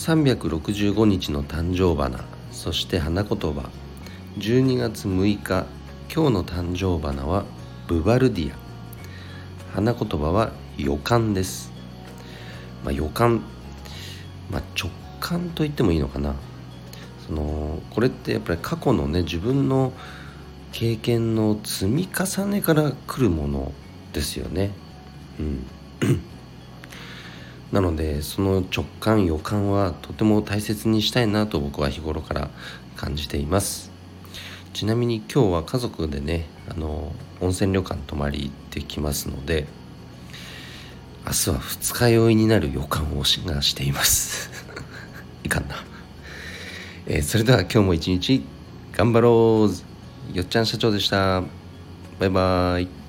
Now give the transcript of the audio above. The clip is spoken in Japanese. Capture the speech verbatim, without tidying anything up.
さんびゃくろくじゅうごにちの誕生花、そして花言葉。じゅうにがつむいか、今日の誕生花はブバルディア。花言葉は予感です。まあ、予感、まあ、直感と言ってもいいのかな。そのこれってやっぱり過去のね、自分の経験の積み重ねから来るものですよね。うんなので、その直感予感はとても大切にしたいなと僕は日頃から感じています。ちなみに今日は家族でね、あの温泉旅館泊まり行ってきますので、明日は二日酔いになる予感をしがしていますいかんな、えー、それでは今日も一日頑張ろう。よっちゃん社長でした。バイバイ。